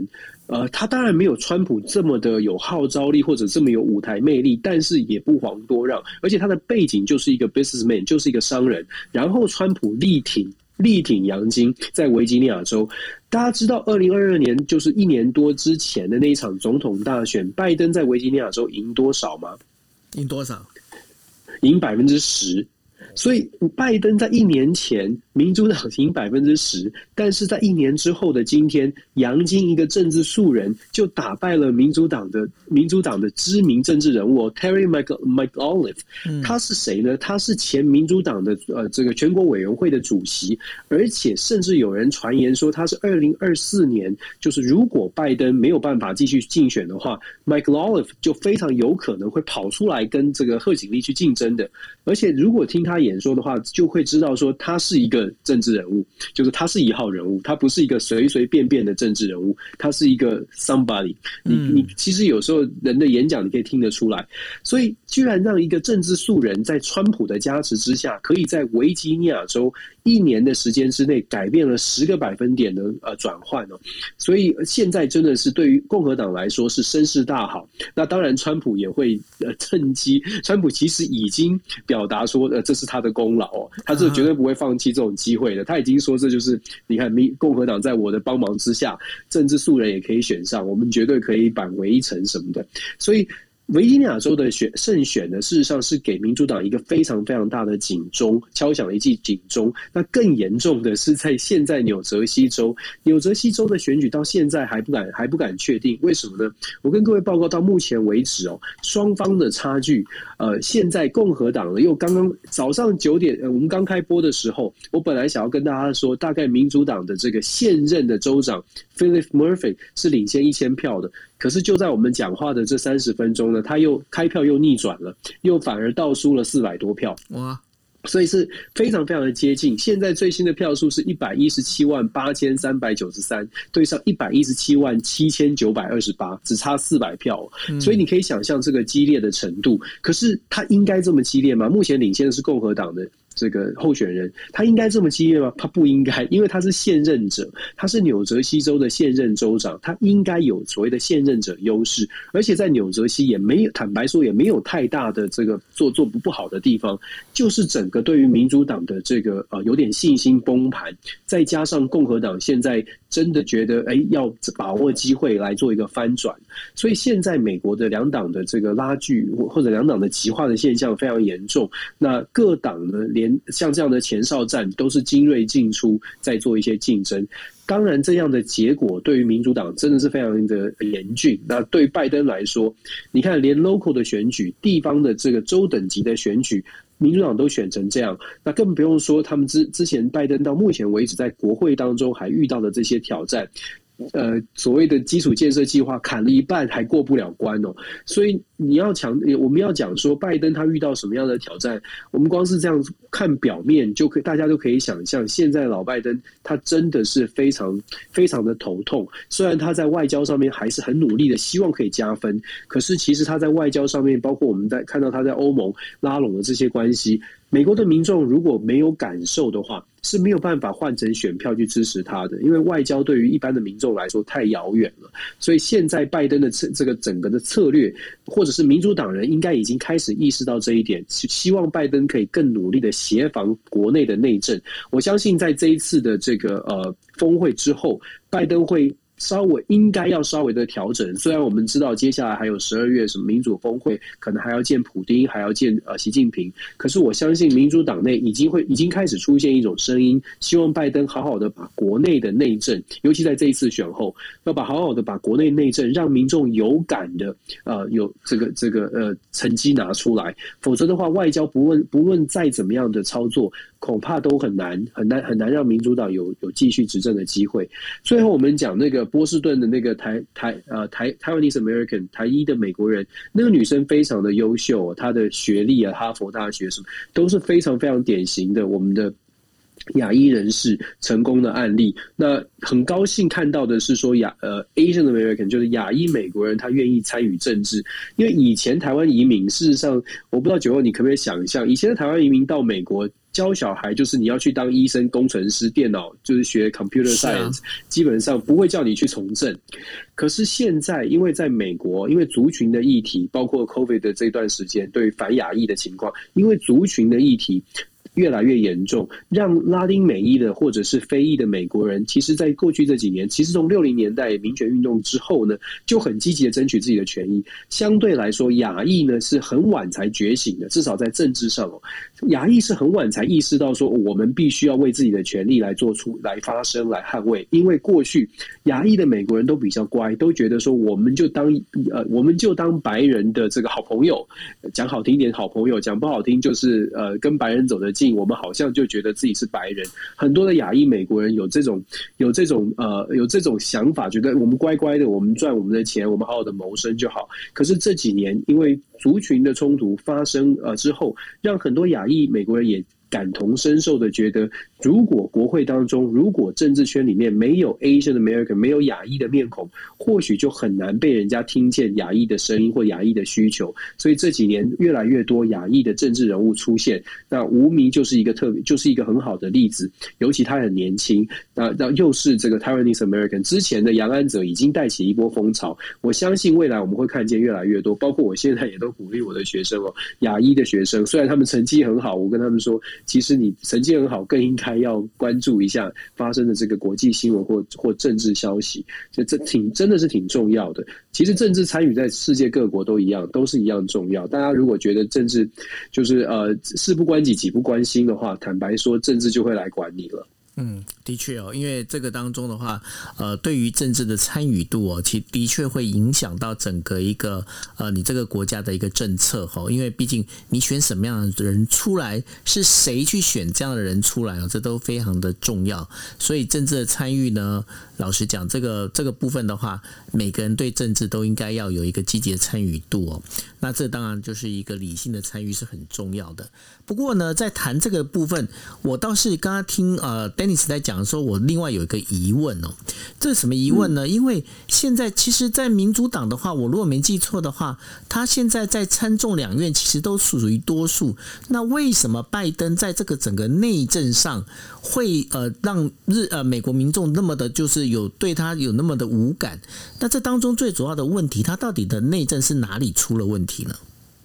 他当然没有川普这么的有号召力或者这么有舞台魅力，但是也不遑多让，而且他的背景就是一个 businessman， 就是一个商人。然后川普力挺杨金在维吉尼亚州。大家知道2022年就是1年多之前的那一场总统大选，拜登在维吉尼亚州赢多少吗？ 赢多少？ 赢10%。所以拜登在1年前民主党赢10%，但是在1年之后的今天，杨金一个政治素人就打败了民主党的知名政治人物Terry McAuliffe。他是谁呢？他是前民主党的这个全国委员会的主席，而且甚至有人传言说他是2024年，就是如果拜登没有办法继续竞选的话，McAuliffe就非常有可能会跑出来跟这个贺锦丽去竞争的。而且如果听他演说的话，就会知道说他是一个政治人物，就是他是一号人物，他不是一个随随便便的政治人物，他是一个 somebody。你其实有时候人的演讲你可以听得出来，所以居然让一个政治素人在川普的加持之下，可以在维吉尼亚州1年的时间之内改变了10个百分点的转换哦。所以现在真的是对于共和党来说是声势大好。那当然川普也会趁机，川普其实已经表达说这是他的功劳哦，他是绝对不会放弃这种机会的。他已经说这就是你看共和党在我的帮忙之下，政治素人也可以选上，我们绝对可以扳回一城什么的。所以维吉尼亚州的胜选呢，事实上是给民主党一个非常非常大的警钟，敲响了一记警钟。那更严重的是在现在纽泽西州的选举到现在还不敢确定，为什么呢？我跟各位报告，到目前为止哦，双方的差距，现在共和党呢又刚刚早上9点，我们刚开播的时候，我本来想要跟大家说，大概民主党的这个现任的州长 Philip Murphy 是领先1000票的。可是就在我们讲话的这30分钟呢，他又开票又逆转了，又反而倒输了400多票。哇！所以是非常非常的接近。现在最新的票数是1178393对上1177928，只差400票。所以你可以想象这个激烈的程度。可是他应该这么激烈吗？目前领先的是共和党的这个候选人，他应该这么激烈吗？他不应该，因为他是现任者，他是纽泽西州的现任州长，他应该有所谓的现任者优势，而且在纽泽西也没有，坦白说也没有太大的这个做不好的地方，就是整个对于民主党的这个有点信心崩盘，再加上共和党现在真的觉得要把握机会来做一个翻转，所以现在美国的两党的这个拉锯或者两党的极化的现象非常严重。那各党呢，连像这样的前哨战都是精锐进出，在做一些竞争。当然，这样的结果对于民主党真的是非常的严峻。那对拜登来说，你看连 local 的选举、地方的这个州等级的选举，民主党都选成这样，那更不用说他们之前拜登到目前为止在国会当中还遇到的这些挑战。所谓的基础建设计划砍了一半还过不了关哦，所以我们要讲说拜登他遇到什么样的挑战，我们光是这样看表面大家都可以想象，现在老拜登他真的是非常非常的头痛。虽然他在外交上面还是很努力的，希望可以加分，可是其实他在外交上面，包括我们在看到他在欧盟拉拢的这些关系，美国的民众如果没有感受的话，是没有办法换成选票去支持他的，因为外交对于一般的民众来说太遥远了。所以现在拜登的这个整个的策略，或者是民主党人应该已经开始意识到这一点，希望拜登可以更努力的协防国内的内政。我相信在这一次的这个峰会之后，拜登会应该要稍微的调整。虽然我们知道接下来还有12月什么民主峰会，可能还要见普丁，还要见习近平，可是我相信民主党内已经开始出现一种声音，希望拜登好好的把国内的内政，尤其在这一次选后，要好好的把国内内政让民众有感的有这个成绩拿出来，否则的话外交不论再怎么样的操作，恐怕都很难让民主党有继续执政的机会。最后我们讲那个波士顿的那个Taiwanese American 台裔的美国人，那个女生非常的优秀，她的学历啊，哈佛大学什么都是非常非常典型的我们的亚裔人士成功的案例。那很高兴看到的是说Asian American 就是亚裔美国人，他愿意参与政治。因为以前台湾移民，事实上我不知道9号你可不可以想象，以前的台湾移民到美国教小孩就是你要去当医生、工程师、电脑就是学 computer science，基本上不会叫你去从政。可是现在，因为在美国，因为族群的议题，包括 COVID 的这段时间对反亚裔的情况，因为族群的议题越来越严重，让拉丁美裔的或者是非裔的美国人，其实在过去这几年，其实从60年代民权运动之后呢，就很积极的争取自己的权益。相对来说，亚裔呢是很晚才觉醒的，至少在政治上亚裔是很晚才意识到说，我们必须要为自己的权利来发声、来捍卫。因为过去亚裔的美国人都比较乖，都觉得说我们就当白人的这个好朋友，讲好听一点好朋友，讲不好听就是跟白人走得近。我们好像就觉得自己是白人，很多的亚裔美国人有这种想法，觉得我们乖乖的，我们赚我们的钱，我们好好的谋生就好。可是这几年因为族群的冲突发生之后，让很多亚裔美国人也感同身受的觉得，如果国会当中，如果政治圈里面没有 Asian American， 没有亚裔的面孔，或许就很难被人家听见亚裔的声音或亚裔的需求。所以这几年越来越多亚裔的政治人物出现，那吴明就是一个很好的例子，尤其他很年轻，那又是这个 Taiwanese American， 之前的杨安泽已经带起一波风潮，我相信未来我们会看见越来越多，包括我现在也都鼓励我的学生亚裔的学生，虽然他们成绩很好，我跟他们说，其实你成绩很好，更应该要关注一下发生的这个国际新闻或政治消息，真的是挺重要的。其实政治参与在世界各国都是一样重要。大家如果觉得政治就是事不关己己不关心的话，坦白说，政治就会来管你了。 的确因为这个当中的话，对于政治的参与度其实的确会影响到整个一个你这个国家的一个政策因为毕竟你选什么样的人出来，是谁去选这样的人出来这都非常的重要。所以政治的参与呢，老实讲，这个部分的话，每个人对政治都应该要有一个积极的参与度那这当然就是一个理性的参与是很重要的。不过呢，在谈这个部分，我倒是刚刚听Dennis 在讲的时候，我另外有一个疑问这是什么疑问呢？因为现在其实在民主党的话，我如果没记错的话，他现在在参众两院其实都属于多数，那为什么拜登在这个整个内政上会让美国民众那么的就是对他有那么的无感？那这当中最主要的问题，他到底的内政是哪里出了问题呢？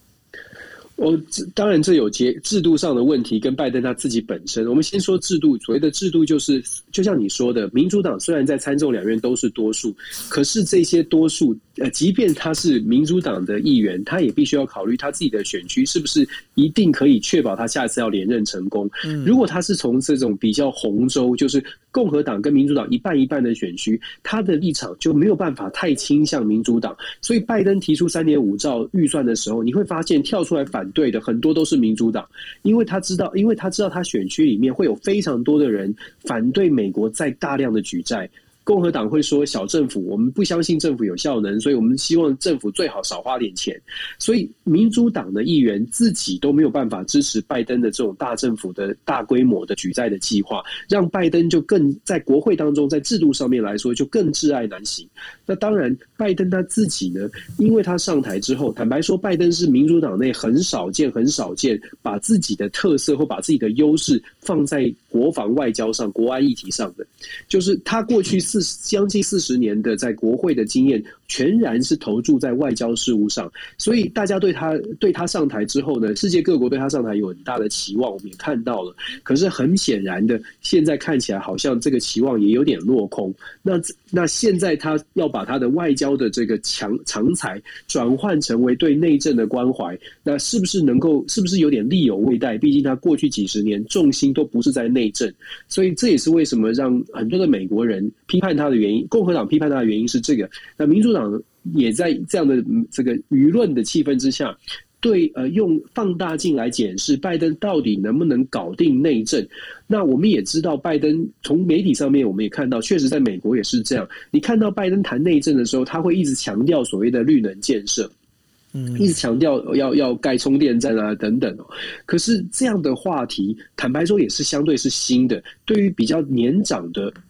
当然这有制度上的问题，跟拜登他自己本身。我们先说制度，所谓的制度就是就像你说的，民主党虽然在参众两院都是多数，可是这些多数即便他是民主党的议员，他也必须要考虑他自己的选区是不是一定可以确保他下一次要连任成功。如果他是从这种比较红州，就是共和党跟民主党一半一半的选区，他的立场就没有办法太倾向民主党。所以拜登提出 3.5 兆预算的时候，你会发现跳出来反对的很多都是民主党，因为他知道他选区里面会有非常多的人反对美国再大量的举债。共和党会说小政府，我们不相信政府有效能，所以我们希望政府最好少花点钱。所以民主党的议员自己都没有办法支持拜登的这种大政府的大规模的举债的计划，让拜登就更在国会当中，在制度上面来说就更窒碍难行。那当然拜登他自己呢，因为他上台之后，坦白说拜登是民主党内很少见把自己的特色或把自己的优势放在国防外交上、国安议题上的，就是他过去将近40年的在国会的经验，全然是投注在外交事务上。所以大家对他上台之后呢，世界各国对他上台有很大的期望，我们也看到了。可是很显然的，现在看起来好像这个期望也有点落空。那现在他要把他的外交的这个长才转换成为对内政的关怀，那是不是有点力有未逮？毕竟他过去几十年重心都不是在内政，所以这也是为什么让很多的美国人批判他的原因。共和党批判他的原因是这个，那民主党也在这样的这个舆论的气氛之下，用放大镜来检视拜登到底能不能搞定内政。那我们也知道，拜登从媒体上面我们也看到，确实在美国也是这样。你看到拜登谈内政的时候，他会一直强调所谓的绿能建设，一直强调要盖充电站啊等等可是这样的话题，坦白说也是相对是新的。对于比较年长的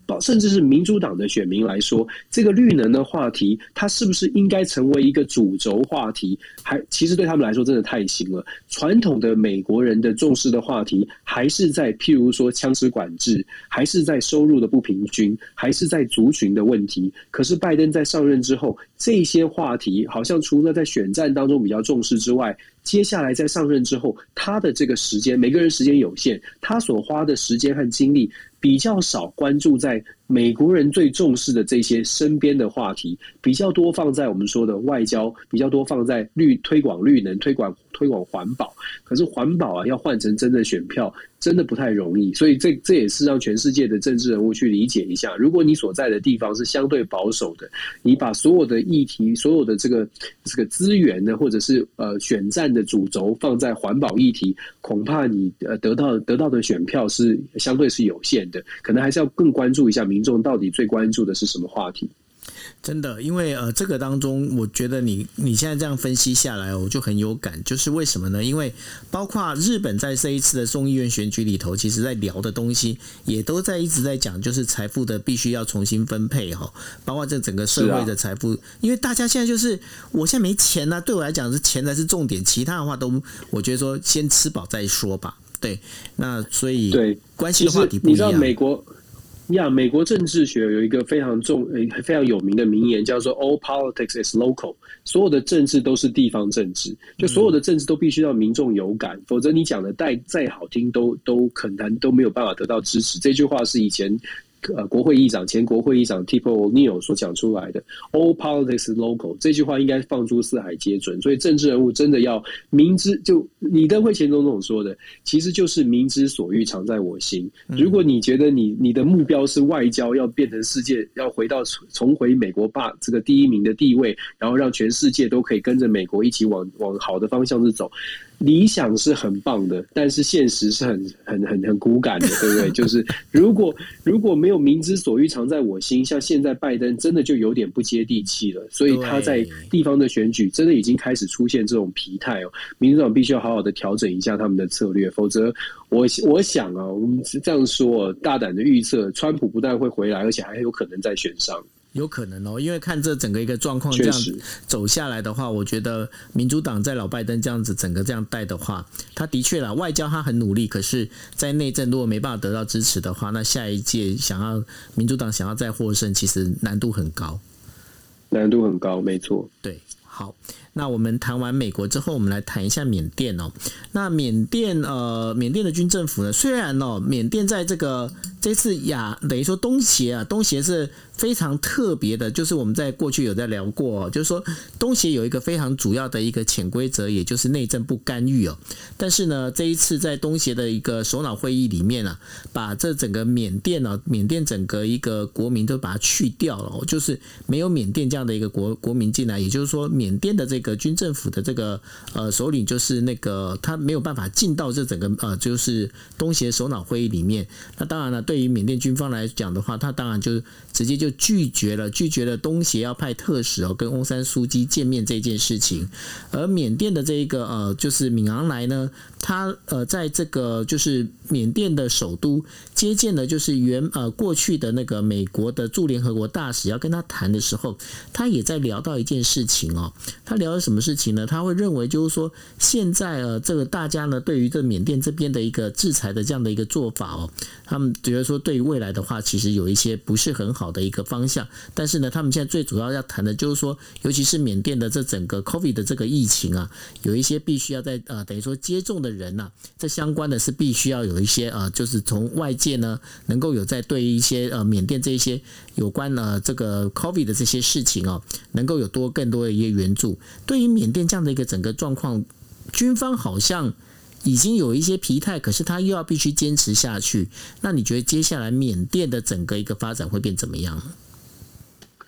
甚至是民主党的选民来说，这个绿能的话题，它是不是应该成为一个主轴话题？其实对他们来说真的太新了。传统的美国人的重视的话题，还是在譬如说枪支管制，还是在收入的不平均，还是在族群的问题。可是拜登在上任之后，这些话题好像除了在选战当中比较重视之外，接下来在上任之后，他的这个时间，每个人时间有限，他所花的时间和精力比较少关注在美国人最重视的这些身边的话题，比较多放在我们说的外交，比较多放在推广绿能、推广环保。可是环保啊，要换成真的选票，真的不太容易。所以这也是让全世界的政治人物去理解一下，如果你所在的地方是相对保守的，你把所有的议题、所有的这个资源呢，或者是选战的主轴放在环保议题，恐怕你得到的选票是相对是有限的，可能还是要更关注一下民众到底最关注的是什么话题。 真的，因为这个当中，我觉得你现在这样分析下来，我就很有感。就是为什么呢？因为包括日本在这一次的众议院选举里头，其实在聊的东西也都一直在讲，就是财富的必须要重新分配哈，包括这整个社会的财富。因为大家现在就是我现在没钱啊，对我来讲是钱才是重点，其他的话都我觉得说先吃饱再说吧。对，那所以关系的话题不一样。 你知道美国政治学有一个非常有名的名言，叫做 "All politics is local"， 所有的政治都是地方政治，就所有的政治都必须让民众有感，否则你讲的再好听都可能都没有办法得到支持。这句话是以前前国会议长 Tip O'Neill 所讲出来的 "All politics is local" 这句话应该放诸四海皆准。所以政治人物真的要明知，就李登辉前总统说的，其实就是明知所欲常在我心。如果你觉得你的目标是外交，要变成世界，要重回美国这个第一名的地位，然后让全世界都可以跟着美国一起往好的方向走。理想是很棒的，但是现实是很骨感的，对不对？就是如果没有明知所欲常在我心，像现在拜登真的就有点不接地气了，所以他在地方的选举真的已经开始出现这种疲态哦。民主党必须要好好的调整一下他们的策略，否则我想啊，我们这样说，大胆的预测，川普不但会回来，而且还有可能再选上。 有可能哦，因为看这整个一个状况这样走下来的话，我觉得民主党在老拜登这样子整个这样带的话，他的确啦，外交他很努力，可是在内政如果没办法得到支持的话，那下一届民主党想要再获胜，其实难度很高， 没错， 对。好，那我们谈完美国之后，我们来谈一下缅甸哦。那缅甸的军政府呢，虽然缅甸在这次等于说东协是非常特别的，就是我们在过去有在聊过就是说东协有一个非常主要的一个潜规则，也就是内政不干预哦。但是呢，这一次在东协的一个首脑会议里面啊，把这整个缅甸整个一个国民都把它去掉了，就是没有缅甸这样的一个国民进来，也就是说缅甸的这个军政府的这个首领就是他没有办法进到这整个就是东协首脑会议里面。那当然了，对于缅甸军方来讲的话，他当然就直接就拒绝了东协要派特使跟翁山苏姬见面这件事情。而缅甸的这一个就是敏昂莱呢，他在这个就是缅甸的首都接见了就是过去的那个美国的驻联合国大使，要跟他谈的时候，他也在聊到一件事情哦。他聊了什么事情呢？他会认为就是说，现在这个大家呢对于这缅甸这边的一个制裁的这样的一个做法哦，他们觉得说对于未来的话，其实有一些不是很好的一个方向。但是呢，他们现在最主要要谈的就是说，尤其是缅甸的这整个 COVID 的这个疫情啊，有一些必须要在等于说接种的人啊，这相关的是必须要有一些就是从外界呢能够有在对于一些缅甸这一些有关这个 COVID 的这些事情哦，能够有更多的一些援助。对于缅甸这样的一个整个状况，军方好像已经有一些疲态，可是他又要必须坚持下去。那你觉得接下来缅甸的整个一个发展会变怎么样？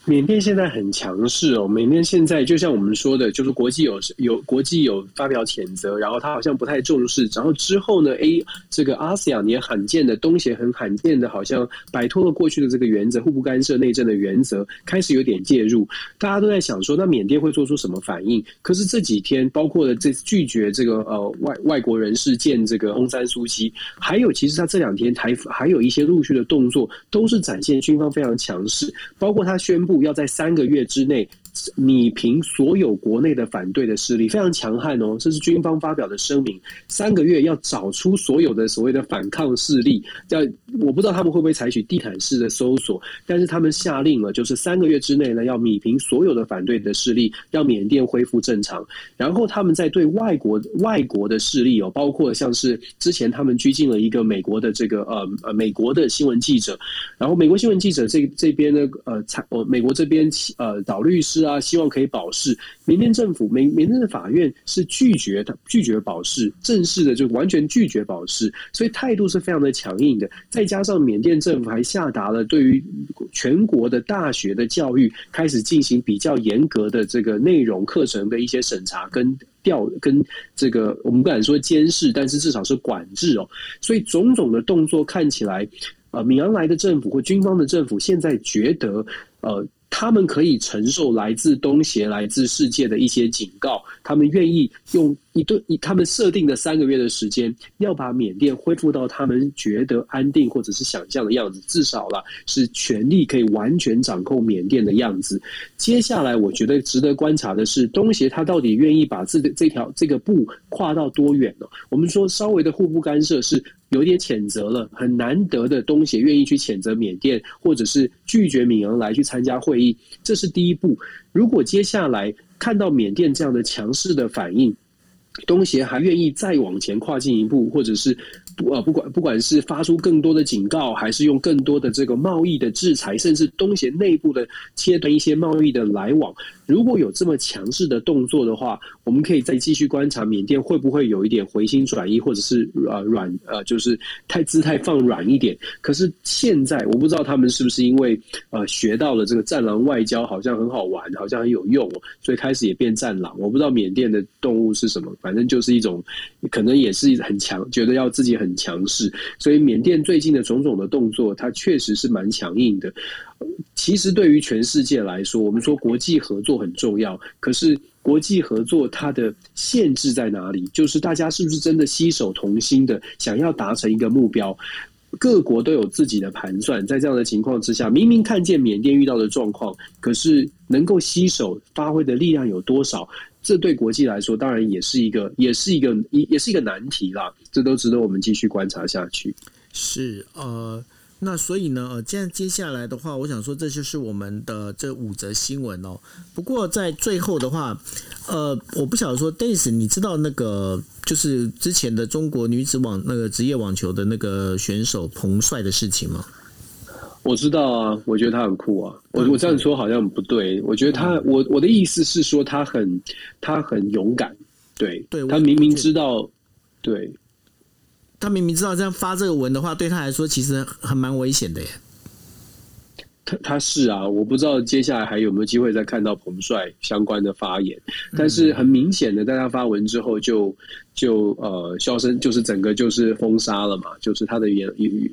缅甸现在很强势哦，缅甸现在就像我们说的，就是国际有发表谴责，然后他好像不太重视，然后之后呢，这个阿斯亚也罕见的东协很罕见的，好像摆脱了过去的这个原则，互不干涉内政的原则，开始有点介入。大家都在想说，那缅甸会做出什么反应？可是这几天，包括了这拒绝这个外国人士见这个翁山苏姬，还有其实他这2天还有一些陆续的动作，都是展现军方非常强势，包括他宣布要在3个月之内弭平所有国内的反对的势力，非常强悍哦。这是军方发表的声明，3个月要找出所有的所谓的反抗势力。我不知道他们会不会采取地毯式的搜索，但是他们下令了，就是3个月之内呢，要弭平所有的反对的势力，让缅甸恢复正常。然后他们在对外国的势力包括像是之前他们拘禁了一个美国的这个美国的新闻记者，然后美国新闻记者这边呢美国这边找律师啊，希望可以保释。缅甸政府缅甸的法院是拒绝保释，正式的就完全拒绝保释，所以态度是非常的强硬的。再加上缅甸政府还下达了对于全国的大学的教育开始进行比较严格的这个内容课程的一些审查跟这个我们不敢说监视，但是至少是管制哦。所以种种的动作看起来，敏昂莱的政府或军方的政府现在觉得他们可以承受来自东协、来自世界的一些警告，他们愿意用他们设定的3个月的时间，要把缅甸恢复到他们觉得安定或者是想象的样子，至少啦是权力可以完全掌控缅甸的样子。接下来我觉得值得观察的是，东协他到底愿意把这个步跨到多远呢？我们说稍微的互不干涉是有点谴责了，很难得的东协愿意去谴责缅甸，或者是拒绝敏昂莱去参加会议，这是第一步。如果接下来看到缅甸这样的强势的反应，东协还愿意再往前跨进一步，或者是不管是发出更多的警告，还是用更多的这个贸易的制裁，甚至东协内部的切断一些贸易的来往，如果有这么强势的动作的话，我们可以再继续观察缅甸会不会有一点回心转意，或者是就是姿态放软一点。可是现在我不知道他们是不是因为学到了这个战狼外交好像很好玩，好像很有用所以开始也变战狼。我不知道缅甸的动物是什么，反正就是一种可能也是很强，觉得要自己很强势。所以缅甸最近的种种的动作，它确实是蛮强硬的。其实对于全世界来说，我们说国际合作很重要，可是国际合作它的限制在哪里？就是大家是不是真的携手同心的想要达成一个目标？各国都有自己的盘算，在这样的情况之下，明明看见缅甸遇到的状况，可是能够携手发挥的力量有多少？这对国际来说，当然也是一个难题啦。这都值得我们继续观察下去。 是那所以呢，接下来的话，我想说这就是我们的这5则新闻哦。不过在最后的话，我不晓得说 Days， 你知道那个就是之前的中国女子那个职业网球的那个选手彭帅的事情吗？ 我知道啊，我觉得他很酷啊。我这样说好像不对，我觉得我的意思是说他很勇敢，对他明明知道，对。 他明明知道这样发这个文的话，对他来说其实还蛮危险的耶。 他是啊，我不知道接下来还有没有机会再看到彭帅相关的发言，但是很明显的，在他发文之后就销声，就是整个就是封杀了嘛，就是他的言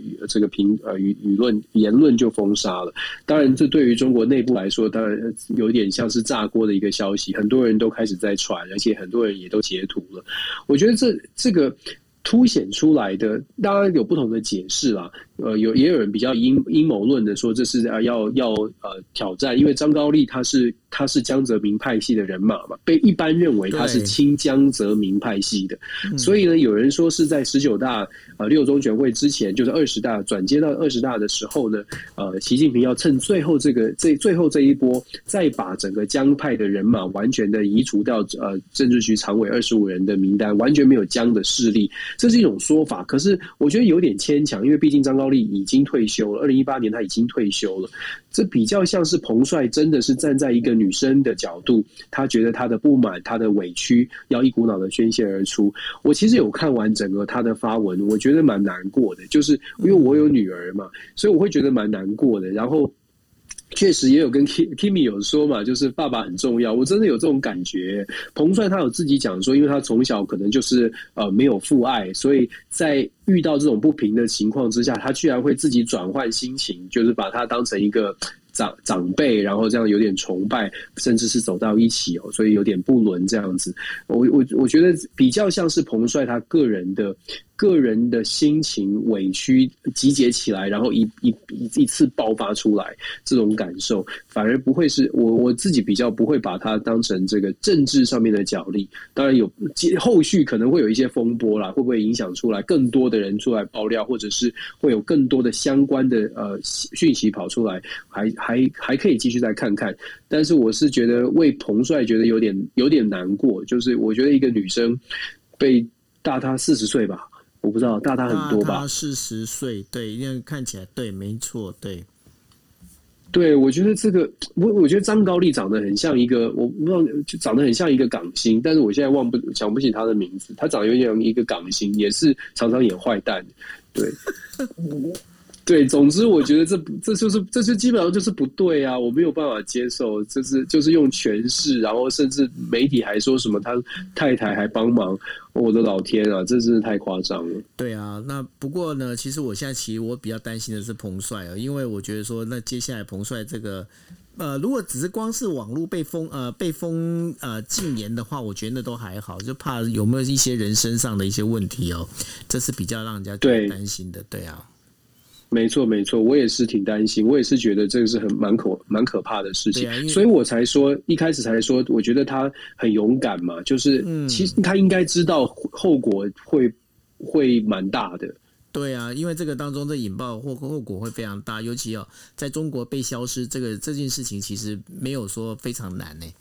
论就封杀了。当然，这对于中国内部来说，当然有点像是炸锅的一个消息，很多人都开始在传，而且很多人也都截图了。我觉得这个凸显出来的，当然有不同的解释啦。也有人比较阴谋论的说，这是要挑战，因为张高丽他是江泽民派系的人马嘛，被一般认为他是亲江泽民派系的，所以呢，有人说是在19大6中全会之前，就是20大转接到20大的时候呢，习近平要趁最后最后这一波，再把整个江派的人马完全的移除掉政治局常委25人的名单，完全没有江的势力，这是一种说法。可是我觉得有点牵强，因为毕竟张高丽已经退休了，2018年他已经退休了，这比较像是彭帅真的是站在一个女生的角度，他觉得他的不满、他的委屈要一股脑的宣泄而出。我其实有看完整个他的发文，我觉得蛮难过的，就是因为我有女儿嘛，所以我会觉得蛮难过的。然后确实也有跟 Kimi 有说嘛，就是爸爸很重要，我真的有这种感觉。彭帅他有自己讲说，因为他从小可能就是没有父爱，所以在遇到这种不平的情况之下，他居然会自己转换心情，就是把他当成一个长辈，然后这样有点崇拜，甚至是走到一起哦，所以有点不伦这样子。我觉得比较像是彭帅他个人的心情委屈集结起来，然后一次爆发出来，这种感受反而不会是我自己比较不会把它当成这个政治上面的角力。当然有后续可能会有一些风波啦，会不会影响出来更多的人出来爆料，或者是会有更多的相关的讯息跑出来，还可以继续再看看。但是我是觉得为彭帅觉得有点难过，就是我觉得一个女生被大他40岁吧。我不知道大他很多吧， 大他40岁，对，因为看起来对，没错，对。 对，我觉得这个，我觉得张高丽长得很像一个，我不知道，就长得很像一个港星，但是我现在想不起他的名字。他长得有点像一个港星，也是常常演坏蛋，对。对，总之我觉得这就基本上就是不对啊，我没有办法接受，就是用权势，然后甚至媒体还说什么他太太还帮忙，我的老天啊，这真是太夸张了。对啊，那不过呢，其实我比较担心的是彭帅啊，因为我觉得说，那接下来彭帅这个。如果只是光是网络被封禁言的话，我觉得那都还好，就怕有没有一些人身上的一些问题哦，这是比较让人家觉得担心的，对啊。 没错，我也是挺担心，我也是觉得这个是蛮可怕的事情，所以我才说一开始才说，我觉得他很勇敢嘛，就是其实他应该知道后果会蛮大的。 对啊，因为这个当中的引爆后果会非常大，尤其在中国被消失这件事情，其实没有说非常难呢。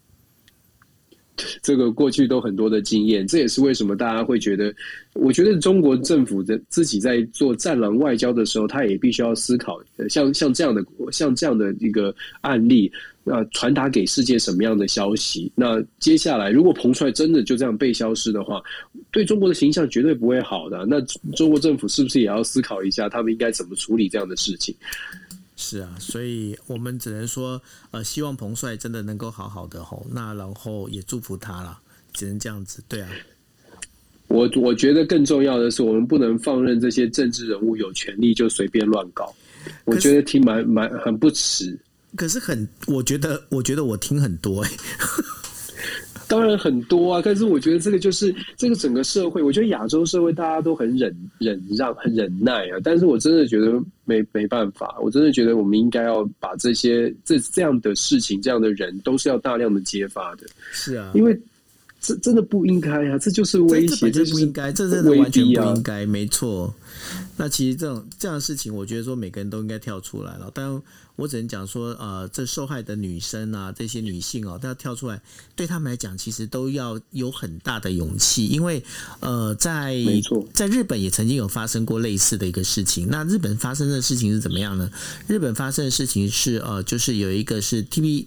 这个过去都很多的经验，这也是为什么大家会觉得，我觉得中国政府的自己在做战狼外交的时候，他也必须要思考，像这样的一个案例，传达给世界什么样的消息？那接下来如果彭帅真的就这样被消失的话，对中国的形象绝对不会好的。那中国政府是不是也要思考一下，他们应该怎么处理这样的事情？ 是啊，所以我们只能说，希望彭帅真的能够好好的吼，那然后也祝福他啦，只能这样子，对啊。 我觉得更重要的是，我们不能放任这些政治人物有权利就随便乱搞，我觉得听很不耻。 可是我觉得我听很多当然很多啊，但是我觉得这个就是这个整个社会，我觉得亚洲社会大家都很忍让、很忍耐啊。但是我真的觉得没办法，我真的觉得我们应该要把这样的事情、这样的人，都是要大量的揭发的。 是啊， 因为这真的不应该啊，这就是威胁， 这不应该，这真的完全不应该，没错。那其实这样的事情，我觉得说每个人都应该跳出来了，但我只能讲说，这受害的女生啊，这些女性都要跳出来，对他们来讲，其实都要有很大的勇气，因为在日本也曾经有发生过类似的一个事情。那日本发生的事情是怎么样呢？日本发生的事情是就是有一个是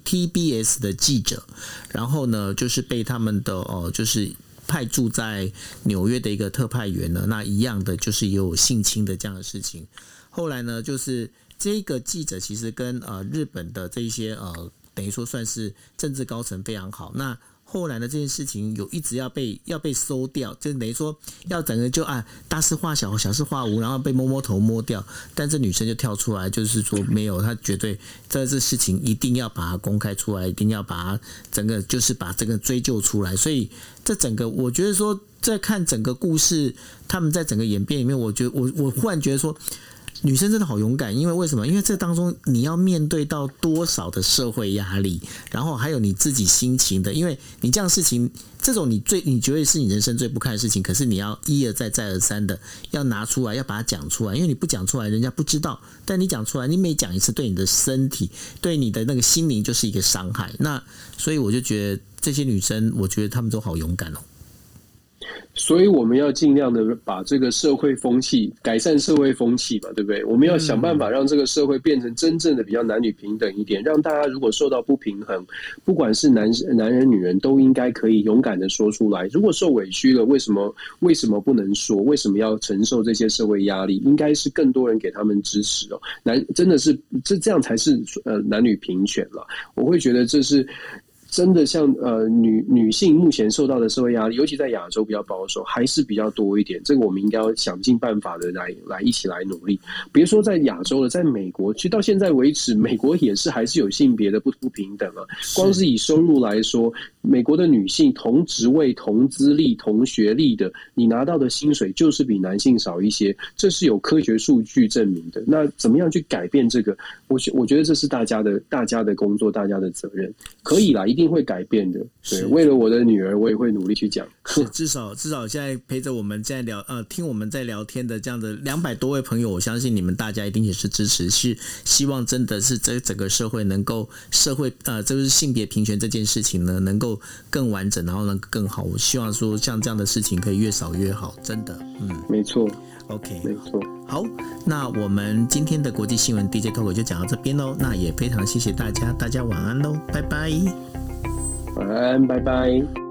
TBS 的记者，然后呢，就是被他们的就是派驻在纽约的一个特派员呢，那一样的就是有性侵的这样的事情。后来呢，就是这个记者其实跟日本的这一些等于说算是政治高层非常好。那后来呢，这件事情一直要被收掉，就等于说要整个就大事化小，小事化无，然后被摸头摸掉。但这女生就跳出来，就是说没有，她绝对这事情一定要把它公开出来，一定要把它整个就是把这个追究出来。所以这整个我觉得说，在看整个故事，他们在整个演变里面，我忽然觉得说。女生真的好勇敢，因为什么？因为这当中你要面对到多少的社会压力，然后还有你自己心情的，因为你这样的事情，这种你觉得是你人生最不堪的事情，可是你要一而再再而三的要拿出来，要把它讲出来，因为你不讲出来，人家不知道；但你讲出来，你每讲一次，对你的身体、对你的那个心灵就是一个伤害。那所以我就觉得这些女生，我觉得她们都好勇敢哦。 所以我们要尽量的把这个社会风气改善，社会风气嘛，对不对？我们要想办法让这个社会变成真正的比较男女平等一点，让大家如果受到不平衡，不管是男人女人，都应该可以勇敢的说出来。如果受委屈了，为什么不能说？为什么要承受这些社会压力？应该是更多人给他们支持哦。真的是这样才是男女平权了。我会觉得这是。真的像女性目前受到的社会压力，尤其在亚洲比较保守，还是比较多一点。这个我们应该要想尽办法的来一起来努力。别说在亚洲了，在美国，其实到现在为止，美国也是还是有性别的不平等啊。光是以收入来说，美国的女性同职位、同资历、同学历的，你拿到的薪水就是比男性少一些，这是有科学数据证明的。那怎么样去改变这个？我觉得这是大家的工作，大家的责任。可以啦，一定会改变的。对，为了我的女儿，我也会努力去讲。 至少现在陪着我们现在听我们在聊天的这样的200多位朋友，我相信你们大家一定也是支持，是希望真的是整个社会能够就是性别平权这件事情呢，能够更完整，然后能更好。我希望说像这样的事情可以越少越好，真的。 没错。 OK， 没错。 好，那我们今天的国际新闻 DJ Talk 就讲到这边喽。那也非常谢谢大家，大家晚安喽，拜拜。 晚安，拜拜。